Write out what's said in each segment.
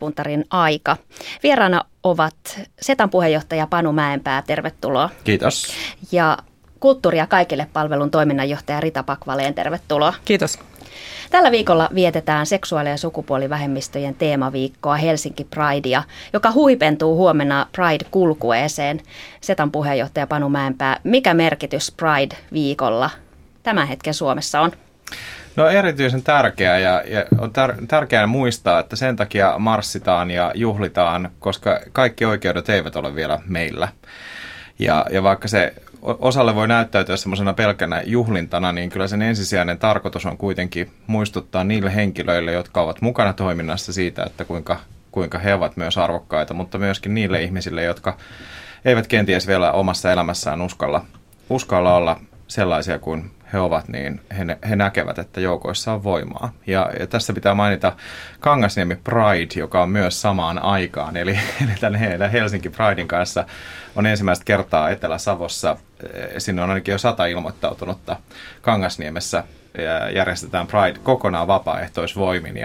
Yhteispuntarin aika. Vieraana ovat Setan puheenjohtaja Panu Mäenpää, tervetuloa. Kiitos. Ja Kulttuuria kaikille -palvelun toiminnanjohtaja Rita Pakvaleen, tervetuloa. Kiitos. Tällä viikolla vietetään seksuaali- ja sukupuolivähemmistöjen teemaviikkoa Helsinki Pridea, joka huipentuu huomenna Pride-kulkueeseen. Setan puheenjohtaja Panu Mäenpää, mikä merkitys Pride-viikolla tämän hetken Suomessa on? No erityisen tärkeää ja on tärkeää muistaa, että sen takia marssitaan ja juhlitaan, koska kaikki oikeudet eivät ole vielä meillä. Ja vaikka se osalle voi näyttäytyä semmoisena pelkänä juhlintana, niin kyllä sen ensisijainen tarkoitus on kuitenkin muistuttaa niille henkilöille, jotka ovat mukana toiminnassa siitä, että kuinka he ovat myös arvokkaita, mutta myöskin niille ihmisille, jotka eivät kenties vielä omassa elämässään uskalla olla sellaisia kuin he ovat, niin he näkevät, että joukoissa on voimaa. Ja tässä pitää mainita Kangasniemi Pride, joka on myös samaan aikaan. Eli tämän Helsinki Pridein kanssa on ensimmäistä kertaa Etelä-Savossa. Sinne on ainakin jo 100 ilmoittautunutta Kangasniemessä. Järjestetään Pride kokonaan vapaaehtoisvoimin.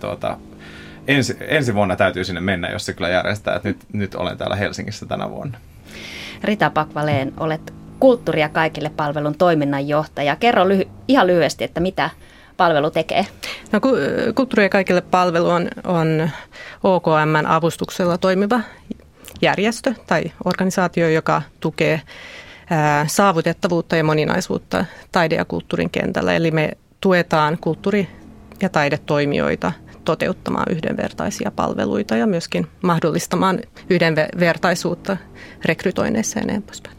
Ensi vuonna täytyy sinne mennä, jos se kyllä järjestää. Että nyt olen täällä Helsingissä tänä vuonna. Rita Pakvaleen, olet Kulttuuria kaikille -palvelun toiminnanjohtaja. Kerro ihan lyhyesti, että mitä palvelu tekee. No, Kulttuuria kaikille -palvelu on OKM:n avustuksella toimiva järjestö tai organisaatio, joka tukee saavutettavuutta ja moninaisuutta taide- ja kulttuurin kentällä. Eli me tuetaan kulttuuri- ja taidetoimijoita toteuttamaan yhdenvertaisia palveluita ja myöskin mahdollistamaan yhdenvertaisuutta rekrytoinneissa ja näin poispäin.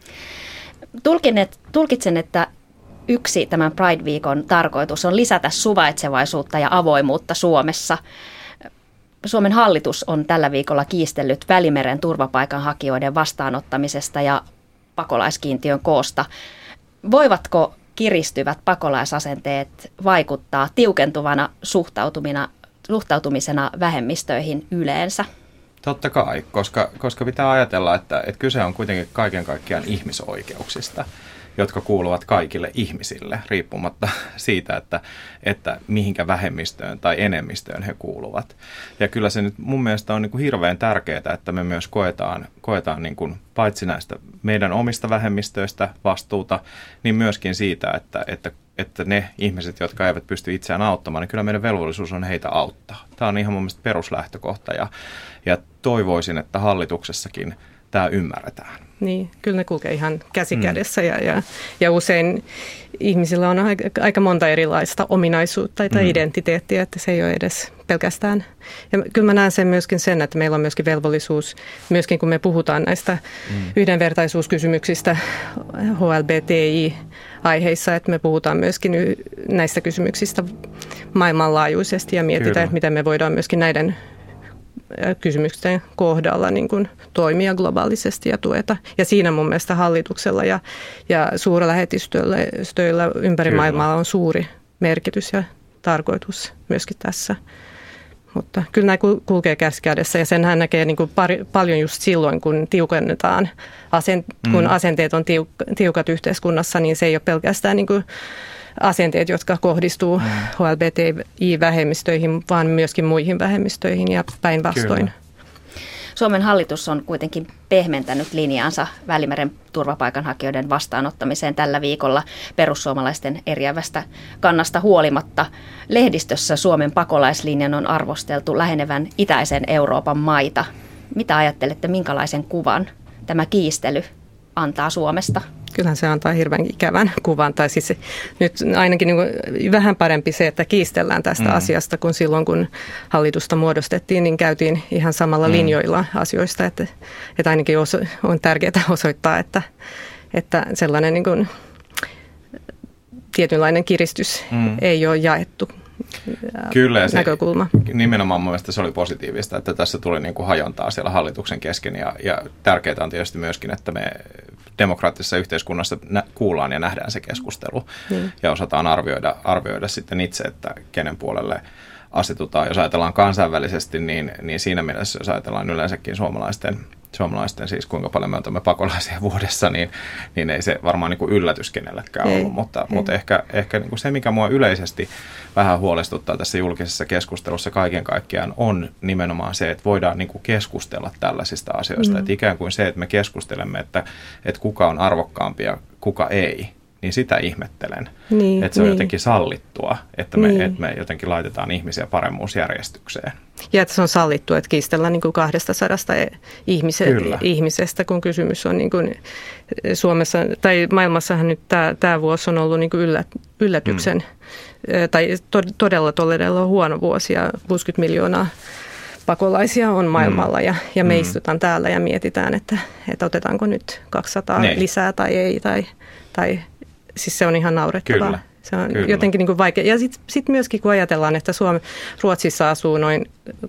Tulkitsen, että yksi tämän Pride-viikon tarkoitus on lisätä suvaitsevaisuutta ja avoimuutta Suomessa. Suomen hallitus on tällä viikolla kiistellyt Välimeren turvapaikanhakijoiden vastaanottamisesta ja pakolaiskiintiön koosta. Voivatko kiristyvät pakolaisasenteet vaikuttaa tiukentuvana suhtautumisena vähemmistöihin yleensä? Totta kai, koska pitää ajatella, että kyse on kuitenkin kaiken kaikkiaan ihmisoikeuksista, jotka kuuluvat kaikille ihmisille, riippumatta siitä, että mihinkä vähemmistöön tai enemmistöön he kuuluvat. Ja kyllä se nyt mun mielestä on niin kuin hirveän tärkeää, että me myös koetaan niin kuin paitsi näistä meidän omista vähemmistöistä vastuuta, niin myöskin siitä, että ne ihmiset, jotka eivät pysty itseään auttamaan, niin kyllä meidän velvollisuus on heitä auttaa. Tämä on ihan mun mielestä peruslähtökohta ja toivoisin, että hallituksessakin tämä ymmärretään. Niin, kyllä ne kulkee ihan käsi kädessä ja usein ihmisillä on aika monta erilaista ominaisuutta tai identiteettiä, että se ei ole edes pelkästään. Ja kyllä mä näen sen, että meillä on myöskin velvollisuus, myöskin kun me puhutaan näistä yhdenvertaisuuskysymyksistä HLBTI-aiheissa, että me puhutaan myöskin näistä kysymyksistä maailmanlaajuisesti ja mietitään, että miten me voidaan myöskin näiden kysymysten kohdalla niin kuin toimia globaalisesti ja tueta. Ja siinä mun mielestä hallituksella ja suurlähetystöillä ympäri maailmaa on suuri merkitys ja tarkoitus myöskin tässä. Mutta kyllä nämä kulkee kädessä ja senhän näkee niin kuin paljon just silloin, kun tiukennetaan, kun asenteet on tiukat yhteiskunnassa, niin se ei ole pelkästään niin kuin asenteet, jotka kohdistuu HLBTI-vähemmistöihin, vaan myöskin muihin vähemmistöihin ja päinvastoin. Kyllä. Suomen hallitus on kuitenkin pehmentänyt linjaansa Välimeren turvapaikanhakijoiden vastaanottamiseen tällä viikolla perussuomalaisten eriävästä kannasta huolimatta. Lehdistössä Suomen pakolaislinjan on arvosteltu lähenevän itäisen Euroopan maita. Mitä ajattelette, minkälaisen kuvan tämä kiistely antaa Suomesta? Kyllähän se antaa hirveän ikävän kuvan, tai siis nyt ainakin niin vähän parempi se, että kiistellään tästä asiasta, kun silloin kun hallitusta muodostettiin, niin käytiin ihan samalla linjoilla asioista, että ainakin on tärkeää osoittaa, että sellainen niin kuin tietynlainen kiristys ei ole jaettu. Kyllä, näkökulma. Nimenomaan mun mielestä se oli positiivista, että tässä tuli niin kuin hajontaa siellä hallituksen kesken ja tärkeää on tietysti myöskin, että me demokraattisessa yhteiskunnassa kuullaan ja nähdään se keskustelu ja osataan arvioida sitten itse, että kenen puolelle asetutaan. Jos ajatellaan kansainvälisesti, niin siinä mielessä, jos ajatellaan yleensäkin suomalaisten siis kuinka paljon me otamme pakolaisia vuodessa, niin ei se varmaan niin kuin yllätys kenellekään ollut. Mutta ehkä niin kuin se, mikä mua yleisesti vähän huolestuttaa tässä julkisessa keskustelussa kaiken kaikkiaan, on nimenomaan se, että voidaan niin kuin keskustella tällaisista asioista. Että ikään kuin se, että me keskustelemme, että kuka on arvokkaampi ja kuka ei, niin sitä ihmettelen. Että se on jotenkin sallittua, että me jotenkin laitetaan ihmisiä paremmuusjärjestykseen. Ja että se on sallittua, että kiistellään niin kuin 200 ihmisestä, kun kysymys on niin kuin Suomessa, tai maailmassahan nyt tämä vuosi on ollut niin kuin yllätyksen, tai todella huono vuosi, ja 60 miljoonaa pakolaisia on maailmalla, ja me istutaan täällä ja mietitään, että otetaanko nyt 200 lisää tai ei, tai siis se on ihan naurettavaa. Kyllä. Se on jotenkin niin kuin vaikea. Ja sitten myöskin kun ajatellaan, että Ruotsissa asuu noin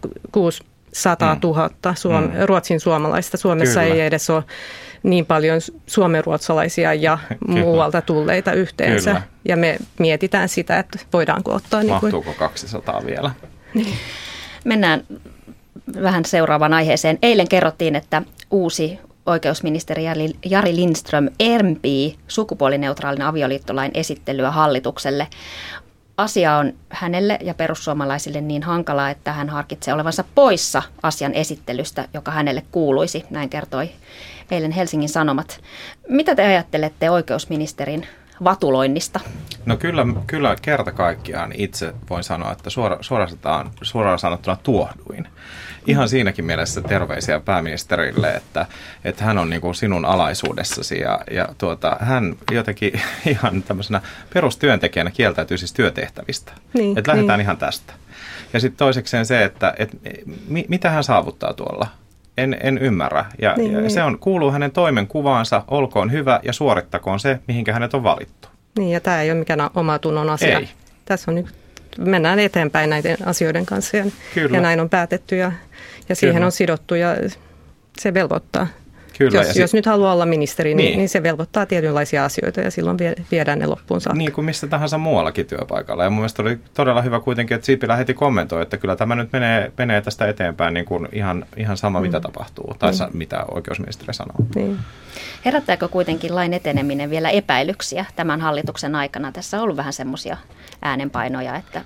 600 000 ruotsin suomalaista. Suomessa ei edes ole niin paljon suomenruotsalaisia ja muualta tulleita yhteensä. Kyllä. Ja me mietitään sitä, että voidaanko ottaa. Mahtuuko 200 vielä? Niin. Mennään vähän seuraavaan aiheeseen. Eilen kerrottiin, että uusi oikeusministeri Jari Lindström empii sukupuolineutraalin avioliittolain esittelyä hallitukselle. Asia on hänelle ja perussuomalaisille niin hankalaa, että hän harkitsee olevansa poissa asian esittelystä, joka hänelle kuuluisi. Näin kertoi eilen Helsingin Sanomat. Mitä te ajattelette oikeusministerin vatuloinnista? No kyllä kerta kaikkiaan itse voin sanoa, että suoraan sanottuna tuohduin. Ihan siinäkin mielessä terveisiä pääministerille, että hän on niin kuin sinun alaisuudessasi ja hän jotenkin ihan tämmöisenä perustyöntekijänä kieltäytyy siis työtehtävistä. Että lähdetään ihan tästä. Ja sitten toisekseen se, että mitä hän saavuttaa tuolla. En ymmärrä. Ja se kuuluu hänen toimenkuvaansa, olkoon hyvä ja suorittakoon se, mihinkä hänet on valittu. Niin, ja tämä ei ole mikään omatunnon asia. Ei. Tässä on nyt, mennään eteenpäin näiden asioiden kanssa ja näin on päätetty ja siihen on sidottu ja se velvoittaa. Kyllä, jos nyt haluaa olla ministeri, niin se velvoittaa tietynlaisia asioita ja silloin viedään ne loppuun saakka. Niin kuin missä tahansa muuallakin työpaikalla. Ja mun mielestä oli todella hyvä kuitenkin, että Sipilä heti kommentoi, että kyllä tämä nyt menee tästä eteenpäin niin kuin ihan sama mitä tapahtuu tai mitä oikeusministeri sanoo. Niin. Herättääkö kuitenkin lain eteneminen vielä epäilyksiä tämän hallituksen aikana? Tässä on ollut vähän semmoisia äänenpainoja, että...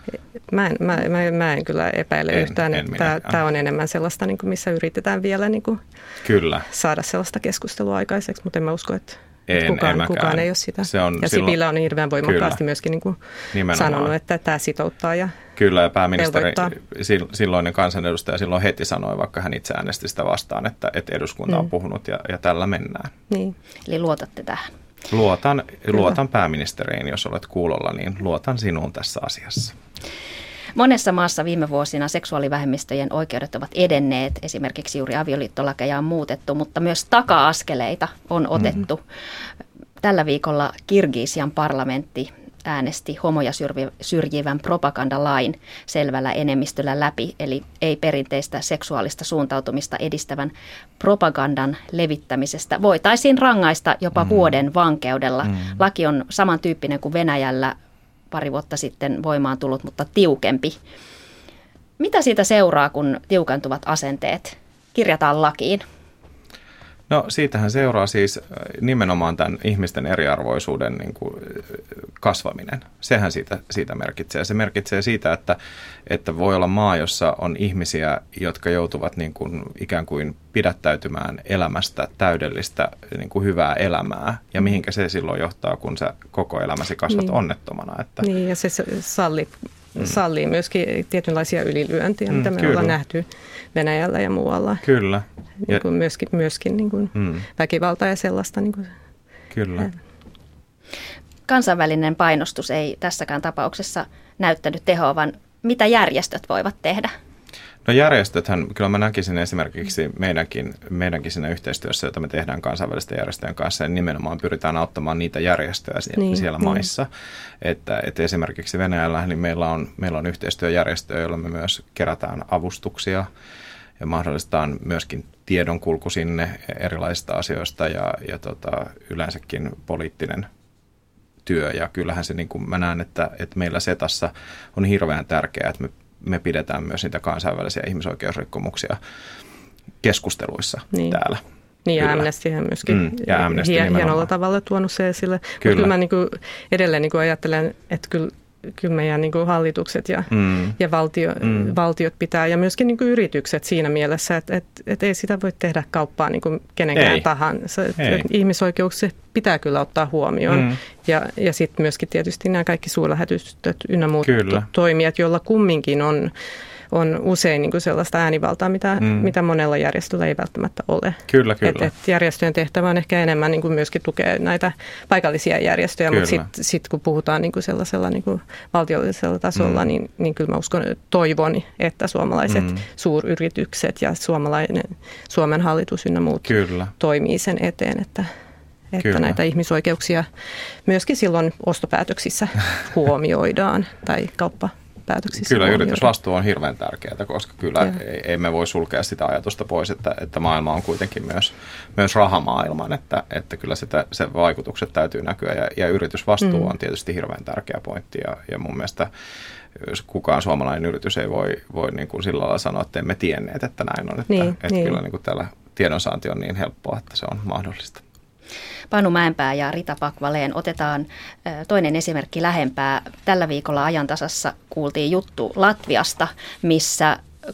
Mä en kyllä epäile yhtään, että tämä on enemmän sellaista, niin kuin missä yritetään vielä niin kuin saada sellaista keskustelua aikaiseksi, mutta en mä usko, että kukaan ei ole sitä. Ja Sipilä on hirveän voimakkaasti myöskin niin kuin sanonut, että tämä sitouttaa ja kyllä, ja pääministeri, silloinen kansanedustaja silloin heti sanoi, vaikka hän itse äänesti sitä vastaan, että eduskunta on puhunut ja tällä mennään. Niin. Eli luotatte tähän? Luotan pääministeriin, jos olet kuulolla, niin luotan sinuun tässä asiassa. Monessa maassa viime vuosina seksuaalivähemmistöjen oikeudet ovat edenneet. Esimerkiksi juuri avioliittolakeja on muutettu, mutta myös taka-askeleita on otettu. Tällä viikolla Kirgisian parlamentti äänesti homoja syrjivän propagandalain selvällä enemmistöllä läpi, eli ei perinteistä seksuaalista suuntautumista edistävän propagandan levittämisestä voitaisiin rangaista jopa vuoden vankeudella. Laki on samantyyppinen kuin Venäjällä pari vuotta sitten voimaan tullut, mutta tiukempi. Mitä siitä seuraa, kun tiukentuvat asenteet kirjataan lakiin? No siitähän seuraa siis nimenomaan tämän ihmisten eriarvoisuuden niin kuin kasvaminen. Sehän siitä merkitsee. Se merkitsee siitä, että voi olla maa, jossa on ihmisiä, jotka joutuvat niin kuin ikään kuin pidättäytymään elämästä täydellistä niin kuin hyvää elämää. Ja mihinkä se silloin johtaa, kun sä koko elämäsi kasvat onnettomana. Että... Niin, ja se sallii myöskin tietynlaisia ylilyöntiä, mitä me ollaan nähty Venäjällä ja muualla. Kyllä. Niin kuin myöskin niin kuin väkivaltaa ja sellaista. Niin kuin. Kyllä. Kansainvälinen painostus ei tässäkään tapauksessa näyttänyt tehoavan. Mitä järjestöt voivat tehdä? No järjestöthän, kyllä mä näkisin esimerkiksi meidänkin siinä yhteistyössä, jota me tehdään kansainvälisten järjestöjen kanssa, ja nimenomaan pyritään auttamaan niitä järjestöjä siellä maissa. Että esimerkiksi Venäjällä niin meillä on yhteistyöjärjestöjä, joilla me myös kerätään avustuksia ja mahdollistetaan myöskin tiedonkulku sinne erilaisista asioista ja yleensäkin poliittinen työ. Ja kyllähän se, niin kuin mä näen, että meillä Setassa on hirveän tärkeää, että me me pidetään myös niitä kansainvälisiä ihmisoikeusrikkomuksia keskusteluissa täällä. Niin, ja Amnestyhän myöskin hienolla tavalla tuonut se esille. Kyllä mä edelleen ajattelen, että kyllä meidän hallitukset ja valtiot pitää, ja myöskin yritykset siinä mielessä, että ei sitä voi tehdä kauppaa kenenkään tahansa. Ihmisoikeukset pitää kyllä ottaa huomioon. Ja sitten myöskin tietysti nämä kaikki suurlähetystöt ynnä muut toimijat, joilla kumminkin on usein sellaista äänivaltaa, mitä monella järjestöllä ei välttämättä ole. Kyllä. Et järjestöjen tehtävä on ehkä enemmän myöskin tukea näitä paikallisia järjestöjä, mutta sitten kun puhutaan sellaisella valtiollisella tasolla, niin kyllä mä toivon, että suomalaiset suuryritykset ja Suomen hallitus ynnä muut toimii sen eteen, että näitä ihmisoikeuksia myöskin silloin ostopäätöksissä huomioidaan tai kauppapäätöksissä. Kyllä yritysvastuu on hirveän tärkeää, koska kyllä ei me voi sulkea sitä ajatusta pois, että maailma on kuitenkin myös rahamaailman, että kyllä se vaikutukset täytyy näkyä ja yritysvastuu on tietysti hirveän tärkeä pointti ja mun mielestä jos kukaan suomalainen yritys ei voi niin kuin sillä lailla sanoa, että emme tienneet, että näin on, että kyllä niin kuin täällä tiedonsaanti on niin helppoa, että se on mahdollista. Panu Mäenpää ja Rita Pack-Wallén, otetaan toinen esimerkki lähempää. Tällä viikolla Ajantasassa kuultiin juttu Latviasta, missä 60%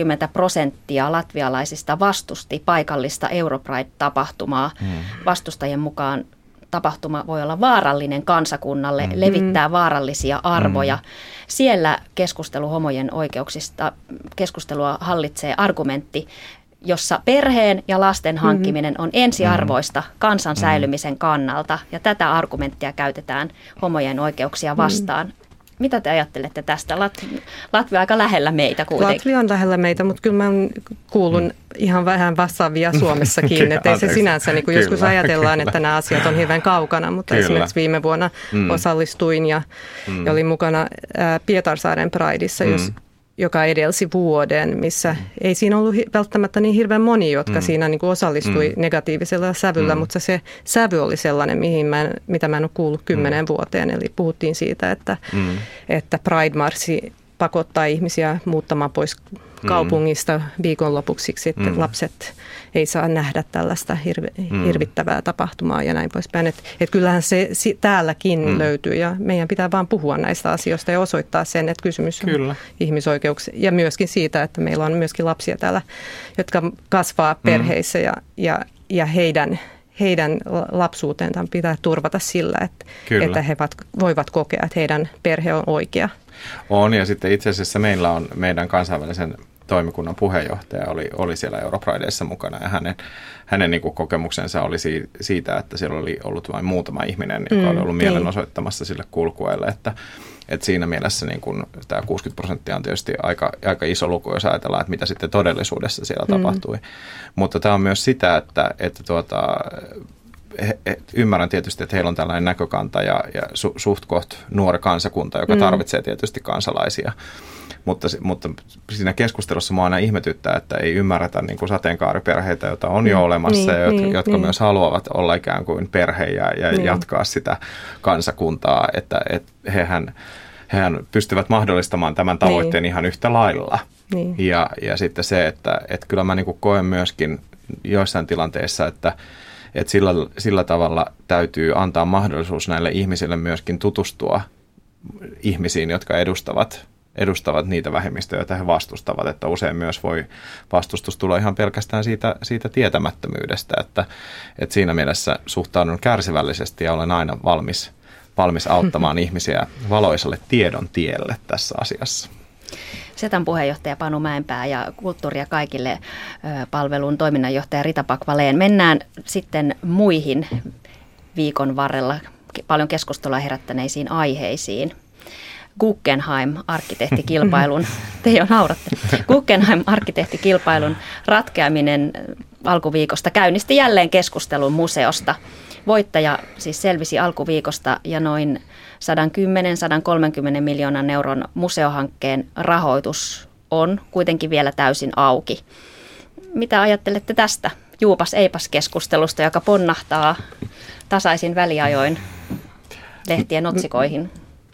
latvialaisista vastusti paikallista Europride-tapahtumaa. Vastustajien mukaan tapahtuma voi olla vaarallinen kansakunnalle, levittää vaarallisia arvoja. Siellä keskustelu homojen oikeuksista, keskustelua hallitsee argumentti, jossa perheen ja lasten hankkiminen on ensiarvoista kansan säilymisen kannalta, ja tätä argumenttia käytetään homojen oikeuksia vastaan. Mitä te ajattelette tästä? Latvia on aika lähellä meitä kuitenkin. Latvia on lähellä meitä, mutta kyllä mä kuulun ihan vähän vastaavia Suomessakin. Että ei se sinänsä, niin kuin joskus ajatellaan, että nämä asiat on hirveän kaukana, mutta esimerkiksi viime vuonna osallistuin ja olin mukana Pietarsaaren Prideissa, joka edelsi vuoden, missä ei siinä ollut välttämättä niin hirveän moni, jotka siinä niin kuin osallistui negatiivisella sävyllä, mutta se sävy oli sellainen, mitä mä en ole kuullut 10 vuoteen. Eli puhuttiin siitä, että Pride-marssi pakottaa ihmisiä muuttamaan pois kaupungista viikonlopuksi, että lapset ei saa nähdä tällaista hirvittävää tapahtumaa ja näin poispäin. Että kyllähän se täälläkin löytyy ja meidän pitää vaan puhua näistä asioista ja osoittaa sen, että kysymys on ihmisoikeuksia ja myöskin siitä, että meillä on myöskin lapsia täällä, jotka kasvaa perheissä ja heidän lapsuuteensa pitää turvata sillä, että he voivat kokea, että heidän perhe on oikea. On, ja sitten itse asiassa meillä on meidän kansainvälisen toimikunnan puheenjohtaja oli siellä Europrideissa mukana, ja hänen niin kuin kokemuksensa oli siitä, että siellä oli ollut vain muutama ihminen, joka oli ollut mielenosoittamassa sille kulkueelle, että siinä mielessä niin kuin tämä 60% on tietysti aika iso luku, jos ajatellaan, että mitä sitten todellisuudessa siellä tapahtui. Mutta tämä on myös sitä, että ymmärrän tietysti, että heillä on tällainen näkökanta ja suht koht nuori kansakunta, joka tarvitsee tietysti kansalaisia. Mutta siinä keskustelussa mua aina ihmetyttää, että ei ymmärretä niin kuin sateenkaariperheitä, joita on jo olemassa ja jotka myös haluavat olla ikään kuin perhe ja jatkaa sitä kansakuntaa, että hehän pystyvät mahdollistamaan tämän tavoitteen ihan yhtä lailla. Ja sitten se, että kyllä mä niin kuin koen myöskin joissain tilanteissa, että sillä tavalla täytyy antaa mahdollisuus näille ihmisille myöskin tutustua ihmisiin, jotka edustavat niitä vähemmistöjä, joita he vastustavat, että usein myös voi vastustus tulla ihan pelkästään siitä tietämättömyydestä, että siinä mielessä suhtaudun kärsivällisesti ja olen aina valmis auttamaan ihmisiä valoisalle tiedon tielle tässä asiassa. Setan puheenjohtaja Panu Mäenpää ja Kulttuuria kaikille -palvelun toiminnanjohtaja Rita Pack-Wallén. Mennään sitten muihin viikon varrella paljon keskustelua herättäneisiin aiheisiin. Guggenheim-arkkitehtikilpailun, te jo nauratte, Guggenheim-arkkitehtikilpailun ratkeaminen alkuviikosta käynnisti jälleen keskustelun museosta. Voittaja siis selvisi alkuviikosta ja noin 110-130 miljoonan euron museohankkeen rahoitus on kuitenkin vielä täysin auki. Mitä ajattelette tästä juupas-eipas-keskustelusta, joka ponnahtaa tasaisin väliajoin lehtien otsikoihin?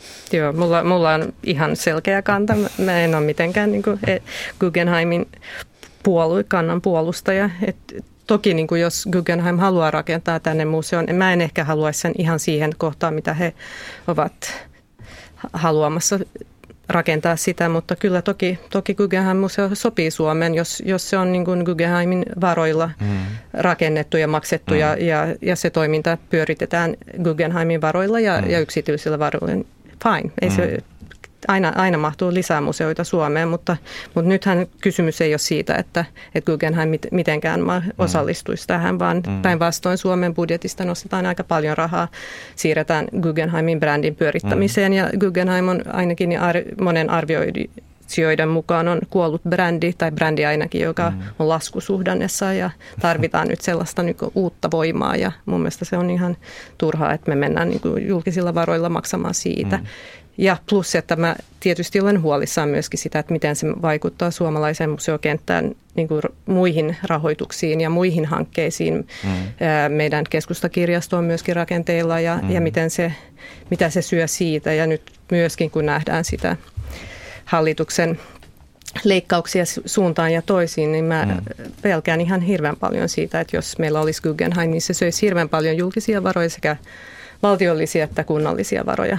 Joo, mulla on ihan selkeä kanta. Mä en ole mitenkään niin kuin Guggenheimin kannan puolustaja. Toki niin kuin jos Guggenheim haluaa rakentaa tänne museon, mä en ehkä haluaisi sen ihan siihen kohtaan, mitä he ovat haluamassa rakentaa sitä, mutta kyllä toki Guggenheim-museo sopii Suomeen, jos se on niin kuin Guggenheimin varoilla rakennettu ja maksettu ja se toiminta pyöritetään Guggenheimin varoilla ja yksityisillä varoilla. Fine, ei se aina mahtuu lisää museoita Suomeen, mutta nythän kysymys ei ole siitä, että Guggenheim mitenkään osallistuisi tähän, vaan päinvastoin Suomen budjetista nostetaan aika paljon rahaa, siirretään Guggenheimin brändin pyörittämiseen ja Guggenheim on ainakin monen arvioitsijoiden mukaan on kuollut brändi tai brändi ainakin, joka on laskusuhdannessa ja tarvitaan nyt sellaista niin kuin uutta voimaa ja mun mielestä se on ihan turhaa, että me mennään niin kuin julkisilla varoilla maksamaan siitä. Ja plus, että mä tietysti olen huolissaan myöskin sitä, että miten se vaikuttaa suomalaiseen museokenttään niin kuin muihin rahoituksiin ja muihin hankkeisiin. Meidän keskustakirjasto on myöskin rakenteilla ja mitä se syö siitä. Ja nyt myöskin kun nähdään sitä hallituksen leikkauksia suuntaan ja toisiin, niin mä pelkään ihan hirveän paljon siitä, että jos meillä olisi Guggenheim, niin se söisi hirveän paljon julkisia varoja sekä valtiollisia että kunnallisia varoja.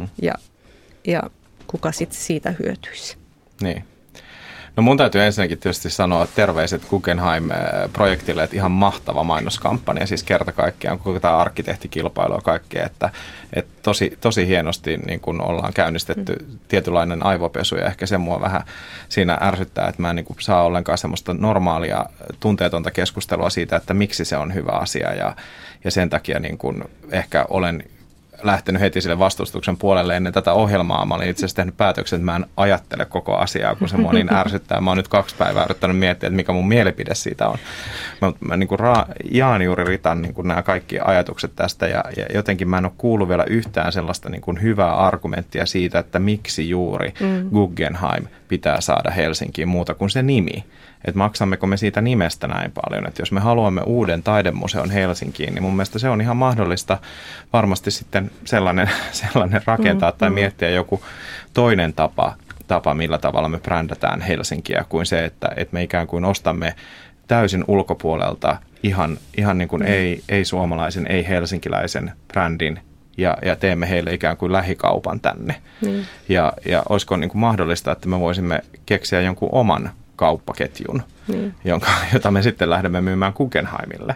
Ja kuka sitten siitä hyötyisi? Niin. No mun täytyy ensinnäkin tietysti sanoa terveiset Guggenheim-projektille, että ihan mahtava mainoskampanja, siis kerta kaikkiaan koko tämä arkkitehtikilpailu ja kaikkea, että tosi hienosti niin kun ollaan käynnistetty tietynlainen aivopesu ja ehkä se mua vähän siinä ärsyttää, että mä en niin kun saa ollenkaan semmoista normaalia tunteetonta keskustelua siitä, että miksi se on hyvä asia ja sen takia niin kun ehkä olen lähtenyt heti sille vastustuksen puolelle ennen tätä ohjelmaa. Mä olin itse asiassa tehnyt päätöksen, että mä en ajattele koko asiaa, kun se mua niin ärsyttää. Mä oon nyt 2 päivää yrittänyt miettiä, että mikä mun mielipide siitä on. Mä niin kuin jaan juuri Ritan niin kuin nämä kaikki ajatukset tästä ja jotenkin mä en ole kuullut vielä yhtään sellaista niin kuin hyvää argumenttia siitä, että miksi juuri Guggenheim pitää saada Helsinkiin muuta kuin se nimi. Että maksammeko me siitä nimestä näin paljon. Että jos me haluamme uuden taidemuseon Helsinkiin, niin mun mielestä se on ihan mahdollista varmasti sitten sellainen rakentaa tai miettiä joku toinen tapa, millä tavalla me brändätään Helsinkiä, kuin se, että me ikään kuin ostamme täysin ulkopuolelta ihan niin kuin ei suomalaisen, ei helsinkiläisen brändin ja teemme heille ikään kuin lähikaupan tänne. Ja olisiko niin kuin mahdollista, että me voisimme keksiä jonkun oman kauppaketjun, jota me sitten lähdemme myymään Guggenheimille.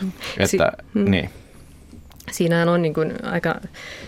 Niin. Siinähän on niin kuin aika,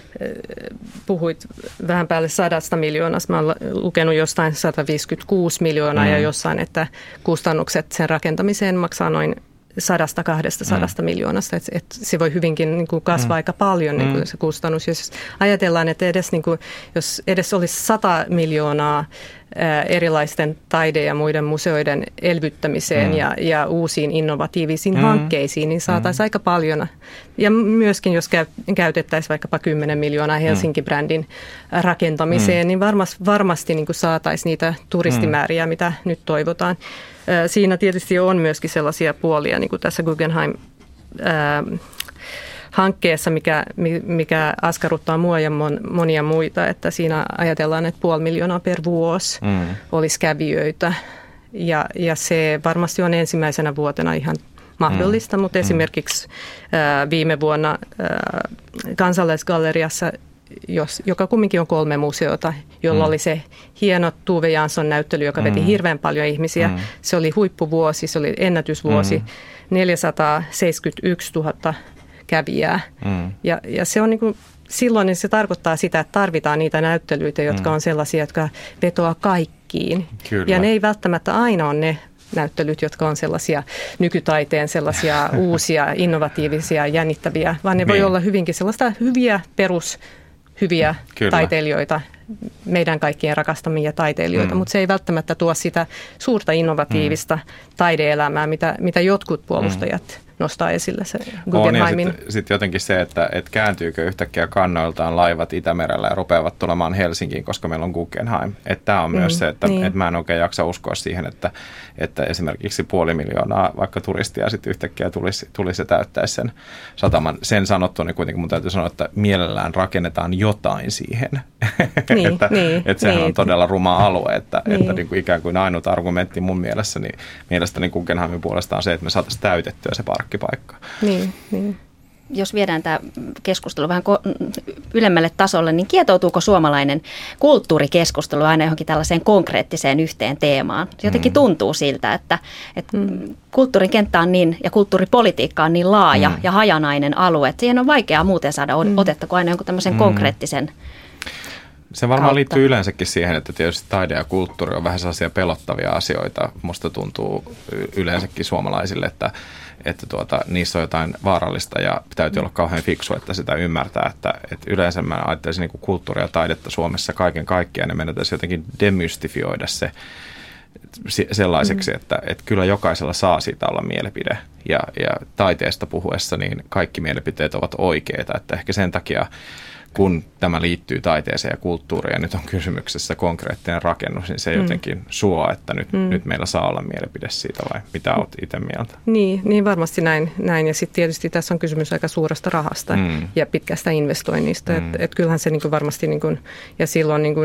puhuit vähän päälle 100 miljoonasta. Mä olen lukenut jostain 156 miljoonaa ja jossain, että kustannukset sen rakentamiseen maksaa noin 100-200 miljoonasta. Että se voi hyvinkin niin kuin kasvaa aika paljon niin kuin se kustannus. Jos ajatellaan, että jos edes olisi 100 miljoonaa erilaisten taide- ja muiden museoiden elvyttämiseen ja uusiin innovatiivisiin hankkeisiin, niin saataisiin aika paljon. Ja myöskin jos käytettäisiin vaikkapa 10 miljoonaa Helsinki-brändin rakentamiseen, niin varmasti niin kuin saataisiin niitä turistimääriä, mitä nyt toivotaan. Siinä tietysti on myöskin sellaisia puolia, niin kuin tässä Guggenheim hankkeessa, mikä askarruttaa mua ja monia muita, että siinä ajatellaan, että 500 000 per vuosi olisi kävijöitä ja se varmasti on ensimmäisenä vuotena ihan mahdollista, mutta esimerkiksi viime vuonna Kansallisgalleriassa, joka kumminkin on 3 museota, jolla oli se hieno Tove Jansson näyttely, joka veti hirveän paljon ihmisiä. Se oli huippuvuosi, se oli ennätysvuosi, 471 000 kävijää. Ja se on niin kuin, silloin niin se tarkoittaa sitä, että tarvitaan niitä näyttelyitä, jotka on sellaisia, jotka vetoaa kaikkiin. Kyllä. Ja ne ei välttämättä aina ole ne näyttelyt, jotka on sellaisia nykytaiteen, sellaisia uusia, innovatiivisia, jännittäviä, vaan ne voi olla hyvinkin sellaista hyviä taiteilijoita, meidän kaikkien rakastamia taiteilijoita, mutta se ei välttämättä tuo sitä suurta innovatiivista taideelämää, mitä jotkut puolustajat nostaa esille se Guggenheimin. Sitten jotenkin se, että kääntyykö yhtäkkiä kannoiltaan laivat Itämerellä ja rupeavat tulemaan Helsinkiin, koska meillä on Guggenheim. Tämä on myös se, että mä en oikein jaksa uskoa siihen, että esimerkiksi 500,000 vaikka turistia sitten yhtäkkiä tulisi ja täyttäisi sen sataman. Sen sanottu, niin kuitenkin mun täytyy sanoa, että mielellään rakennetaan jotain siihen. Että sehän on todella ruma alue, että niin kuin ikään kuin ainut argumentti mun mielestäni Guggenheimin puolesta on se, että me saataisiin täytettyä se parkkipaikka. Niin. Jos viedään tämä keskustelu vähän ylemmälle tasolle, niin kietoutuuko suomalainen kulttuurikeskustelu aina johonkin tällaiseen konkreettiseen yhteen teemaan? Jotenkin tuntuu siltä, että kulttuurin kenttä on niin, ja kulttuuripolitiikka on niin laaja ja hajanainen alue, että siihen on vaikeaa muuten saada otetta kuin aina jonkun tämmöisen konkreettisen se varmaan liittyy yleensäkin siihen, että tietysti taide ja kulttuuri on vähän sellaisia pelottavia asioita. Musta tuntuu yleensäkin suomalaisille, että niissä on jotain vaarallista ja täytyy olla kauhean fiksu, että sitä ymmärtää. Että yleensä mä ajattelisin niin kuin kulttuuria ja taidetta Suomessa kaiken kaikkiaan, ja meidän täytyy jotenkin demystifioida se sellaiseksi, että kyllä jokaisella saa siitä olla mielipide. Ja taiteesta puhuessa niin kaikki mielipiteet ovat oikeita, että ehkä sen takia kun tämä liittyy taiteeseen ja kulttuuriin ja nyt on kysymyksessä konkreettinen rakennus, niin se jotenkin suo, että nyt meillä saa olla mielipide siitä, vai mitä olet itse mieltä? Niin varmasti näin. Ja sitten tietysti tässä on kysymys aika suuresta rahasta ja pitkästä investoinnista. Et kyllähän se niinku varmasti, niinku, ja silloin niinku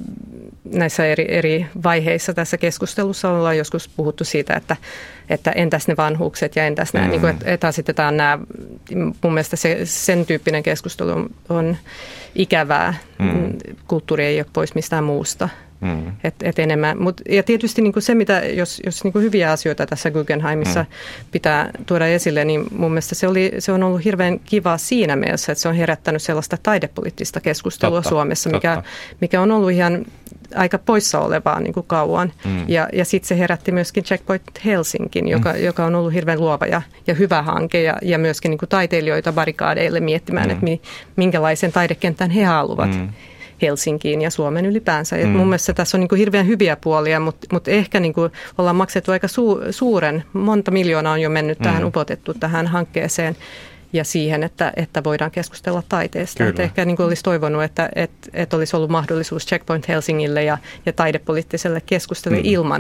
näissä eri vaiheissa tässä keskustelussa ollaan joskus puhuttu siitä, että entäs ne vanhukset ja entäs nämä, niinku, että asitetaan nämä, mun mielestä sen tyyppinen keskustelu on ikävää. Kulttuuri ei ole pois mistään muusta. Et enemmän. Ja tietysti niin kuin se, mitä, jos niin kuin hyviä asioita tässä Guggenheimissa pitää tuoda esille, niin mun mielestä se on ollut hirveän kiva siinä mielessä, että se on herättänyt sellaista taidepoliittista keskustelua Suomessa, mikä on ollut ihan aika poissa olevaa niin kuin kauan. Ja sitten se herätti myöskin Checkpoint Helsingin, joka on ollut hirveän luova ja hyvä hanke ja myöskin niin kuin taiteilijoita barrikaadeille miettimään, että minkälaisen taidekentän he haluavat Helsinkiin ja Suomen ylipäänsä. Mun mielestä tässä on niin kuin hirveän hyviä puolia, mutta ehkä niin kuin ollaan maksettu aika monta miljoonaa on jo mennyt upotettu tähän hankkeeseen ja siihen, että voidaan keskustella taiteesta. Että ehkä niin kuin olisi toivonut, että olisi ollut mahdollisuus Checkpoint Helsingille ja taidepoliittiselle keskustelulle ilman,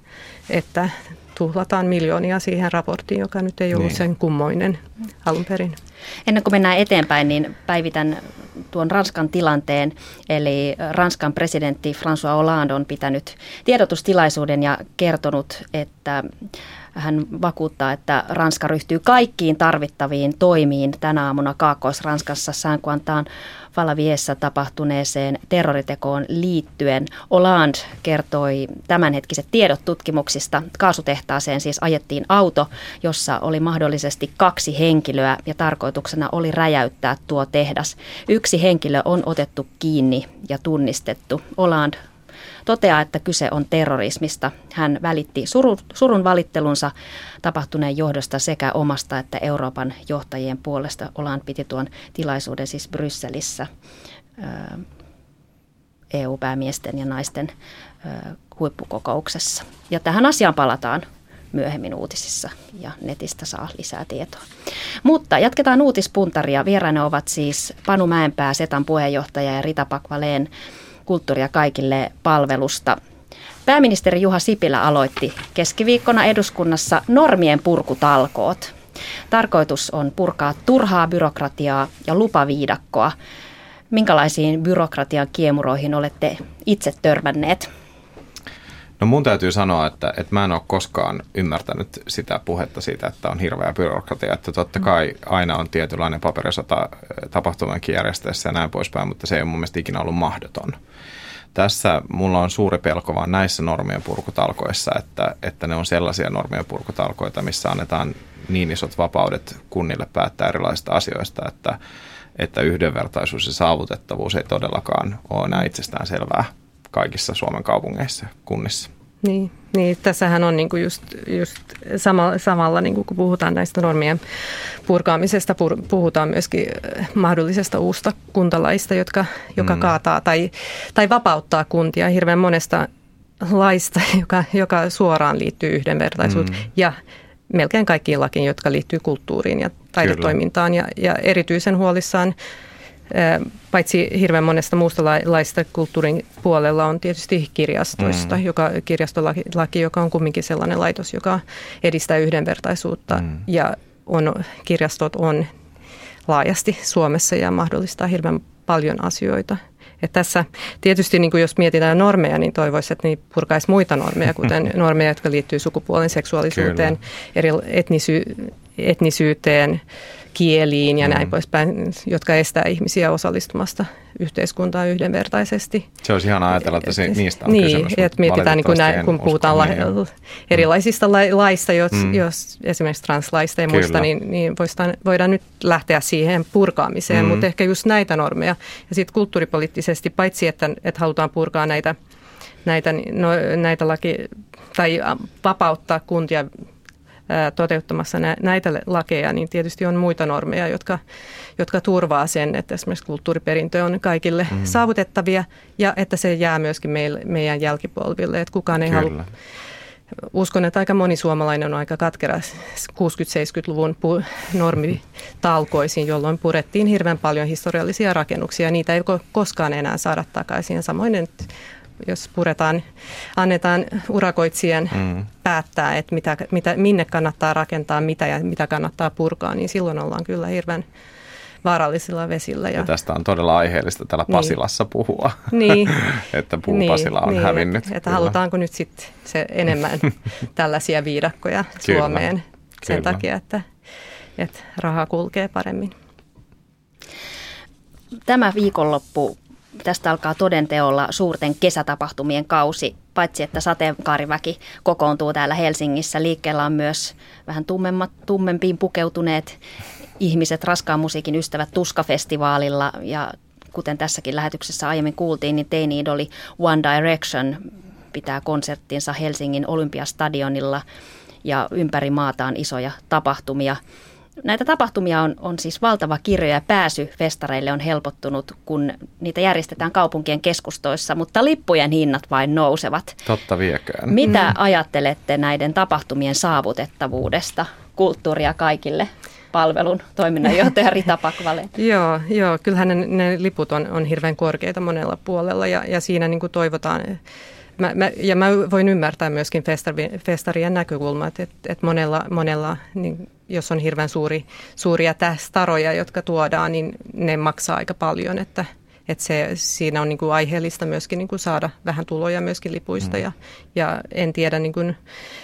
että tuhlataan miljoonia siihen raporttiin, joka nyt ei ollut sen kummoinen alun perin. Ennen kuin mennään eteenpäin, niin päivitän tuon Ranskan tilanteen. Eli Ranskan presidentti François Hollande on pitänyt tiedotustilaisuuden ja kertonut, että hän vakuuttaa, että Ranska ryhtyy kaikkiin tarvittaviin toimiin tänä aamuna Kaakkois-Ranskassa Saint-Quentin-Falaviessa tapahtuneeseen terroritekoon liittyen. Hollande kertoi tämänhetkiset tiedot tutkimuksista. Kaasutehtaaseen siis ajettiin auto, jossa oli mahdollisesti 2 henkilöä ja tarkoituksena oli räjäyttää tuo tehdas. 1 henkilö on otettu kiinni ja tunnistettu. Hollande toteaa, että kyse on terrorismista. Hän välitti surun valittelunsa tapahtuneen johdosta sekä omasta että Euroopan johtajien puolesta. Hollande piti tuon tilaisuuden siis Brysselissä EU-päämiesten ja naisten huippukokouksessa. Ja tähän asiaan palataan myöhemmin uutisissa ja netistä saa lisää tietoa. Mutta jatketaan uutispuntaria. Vieraina ovat siis Panu Mäenpää, Setan puheenjohtaja, ja Rita Pakvaleen Kulttuuria kaikille -palvelusta. Pääministeri Juha Sipilä aloitti keskiviikkona eduskunnassa normien purkutalkoot. Tarkoitus on purkaa turhaa byrokratiaa ja lupaviidakkoa. Minkälaisiin byrokratian kiemuroihin olette itse törmänneet? No mun täytyy sanoa, että mä en ole koskaan ymmärtänyt sitä puhetta siitä, että on hirveä byrokratia. Että totta kai aina on tietynlainen paperisota tapahtumankin järjestäessä ja näin poispäin, mutta se ei ole mun mielestä ikinä ollut mahdoton. Tässä mulla on suuri pelko vaan näissä normien purkutalkoissa, että ne on sellaisia normien purkutalkoita, missä annetaan niin isot vapaudet kunnille päättää erilaisista asioista, että yhdenvertaisuus ja saavutettavuus ei todellakaan ole enää itsestään selvää kaikissa Suomen kaupungeissa ja kunnissa. Niin, tässähän on niinku just samalla, niinku kun puhutaan näistä normien purkaamisesta, puhutaan myöskin mahdollisesta uusta kuntalaista, joka kaataa tai vapauttaa kuntia hirveän monesta laista, joka suoraan liittyy yhdenvertaisuuteen ja melkein kaikkiin lakiin, jotka liittyy kulttuuriin ja taidetoimintaan. Ja erityisen huolissaan, paitsi hirveän monesta muusta laista kulttuurin puolella on tietysti kirjastoista, kirjastolaki, joka on kumminkin sellainen laitos, joka edistää yhdenvertaisuutta ja kirjastot on laajasti Suomessa ja mahdollistaa hirveän paljon asioita. Että tässä tietysti niin kuin jos mietitään normeja, niin toivoisi, että niin purkaisi muita normeja, kuten normeja, jotka liittyy sukupuolen, seksuaalisuuteen, eri etnisyyteen, kieliin ja näin poispäin, jotka estää ihmisiä osallistumasta yhteiskuntaan yhdenvertaisesti. Se olisi ihan ajatella, että niistä on kysymys. Niin, että mietitään, niin kun puhutaan erilaisista laista, jos esimerkiksi translaista ja muista, niin voidaan nyt lähteä siihen purkaamiseen, mutta ehkä just näitä normeja. Ja sitten kulttuuripoliittisesti, paitsi että halutaan purkaa näitä tai vapauttaa kuntia toteuttamassa näitä lakeja, niin tietysti on muita normeja, jotka turvaa sen, että esimerkiksi kulttuuriperintö on kaikille saavutettavia ja että se jää myöskin meidän jälkipolville, että kukaan ei halua. Uskon, että aika moni suomalainen on aika katkera 60-70-luvun normitalkoisiin, jolloin purettiin hirveän paljon historiallisia rakennuksia. Niitä ei koskaan enää saada takaisin. Samoin jos annetaan urakoitsijan päättää, että minne kannattaa rakentaa mitä ja mitä kannattaa purkaa, niin silloin ollaan kyllä hirveän vaarallisilla vesillä. Ja tästä on todella aiheellista täällä Pasilassa puhua, että Pasila on hävinnyt. Että halutaanko nyt sitten se enemmän tällaisia viidakkoja Suomeen sen takia, että raha kulkee paremmin. Tämä viikonloppu. Tästä alkaa todenteolla suurten kesätapahtumien kausi. Paitsi että sateenkaariväki kokoontuu täällä Helsingissä, liikkeellä on myös vähän tummempiin pukeutuneet ihmiset, raskaan musiikin ystävät Tuska-festivaalilla. Ja kuten tässäkin lähetyksessä aiemmin kuultiin, niin teini-idoli One Direction pitää konserttinsa Helsingin Olympiastadionilla ja ympäri maata on isoja tapahtumia. Näitä tapahtumia on siis valtava kirjo ja pääsy festareille on helpottunut, kun niitä järjestetään kaupunkien keskustoissa, mutta lippujen hinnat vain nousevat. Totta vieköön. Mitä ajattelette näiden tapahtumien saavutettavuudesta? Kulttuuria kaikille -palvelun toiminnanjohtaja Rita Pakvale. Joo, kyllähän ne liput on hirveän korkeita monella puolella ja siinä niin kuin toivotaan. Mä voin ymmärtää myöskin festarien näkökulmat, että monella niin jos on hirveän suuria staroja, jotka tuodaan, niin ne maksaa aika paljon, että siinä on niin kuin aiheellista myöskin niin kuin saada vähän tuloja myöskin lipuista ja en tiedä niin kuin,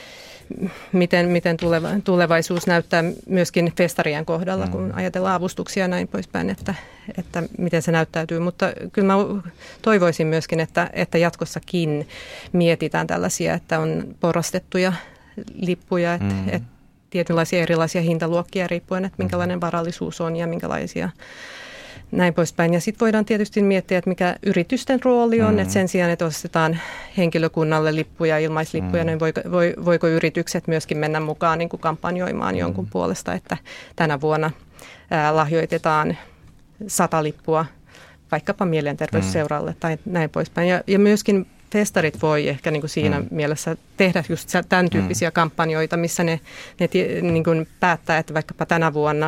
miten tulevaisuus näyttää myöskin festarien kohdalla, kun ajatellaan avustuksia ja näin poispäin, että miten se näyttäytyy. Mutta kyllä mä toivoisin myöskin, että jatkossakin mietitään tällaisia, että on porrastettuja lippuja, että tietynlaisia erilaisia hintaluokkia riippuen, että minkälainen varallisuus on ja minkälaisia näin poispäin. Ja sitten voidaan tietysti miettiä, että mikä yritysten rooli on, että sen sijaan, että ostetaan henkilökunnalle lippuja, ilmaislippuja, niin voiko yritykset myöskin mennä mukaan niin kuin kampanjoimaan jonkun puolesta, että tänä vuonna lahjoitetaan 100 lippua vaikkapa mielenterveysseuralle tai näin poispäin. Ja myöskin festarit voi ehkä niin kuin siinä mielessä tehdä just tämän tyyppisiä kampanjoita, missä ne niin kuin päättää, että vaikkapa tänä vuonna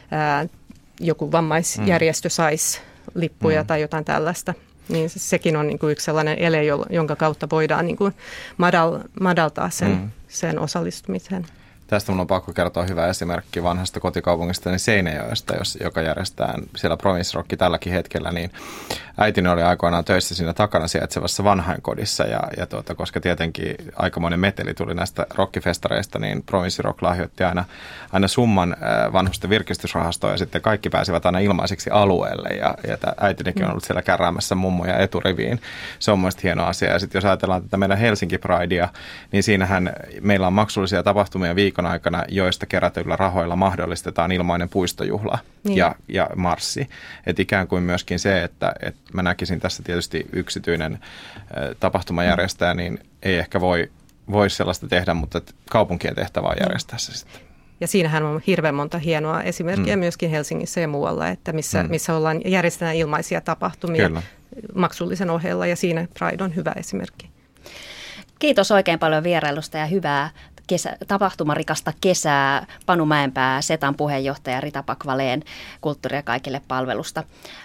joku vammaisjärjestö saisi lippuja tai jotain tällaista. Niin sekin on niin kuin yksi sellainen ele, jonka kautta voidaan niin kuin madaltaa sen osallistumisen. Tästä minun on pakko kertoa hyvä esimerkki vanhasta kotikaupungistani Seinäjoesta, joka järjestetään siellä Province Rock tälläkin hetkellä, niin äitini oli aikoinaan töissä siinä takana sijaitsevassa vanhainkodissa ja koska tietenkin aikamoinen meteli tuli näistä rockifestareista, niin Province Rock lahjoitti aina summan vanhusten virkistysrahastoon ja sitten kaikki pääsivät aina ilmaiseksi alueelle ja äitinikin on ollut siellä kärräämässä mummoja eturiviin. Se on mielestäni hieno asia ja sitten jos ajatellaan tätä meidän Helsinki Pridea, niin siinähän meillä on maksullisia tapahtumia viikon aikana, joista kerätyillä rahoilla mahdollistetaan ilmainen puistojuhla ja marssi. Että ikään kuin myöskin se, että mä näkisin tässä tietysti yksityinen tapahtumajärjestäjä, niin ei ehkä voi sellaista tehdä, mutta kaupunkien tehtävä on järjestää se sitten. Ja siinähän on hirveän monta hienoa esimerkkiä myöskin Helsingissä ja muualla, että missä järjestetään ilmaisia tapahtumia maksullisen ohella ja siinä Pride on hyvä esimerkki. Kiitos oikein paljon vierailusta ja hyvää tapahtumarikasta kesää. Panu Mäenpää, Setan puheenjohtaja, Rita Pakvaleen Kulttuuria kaikille -palvelusta.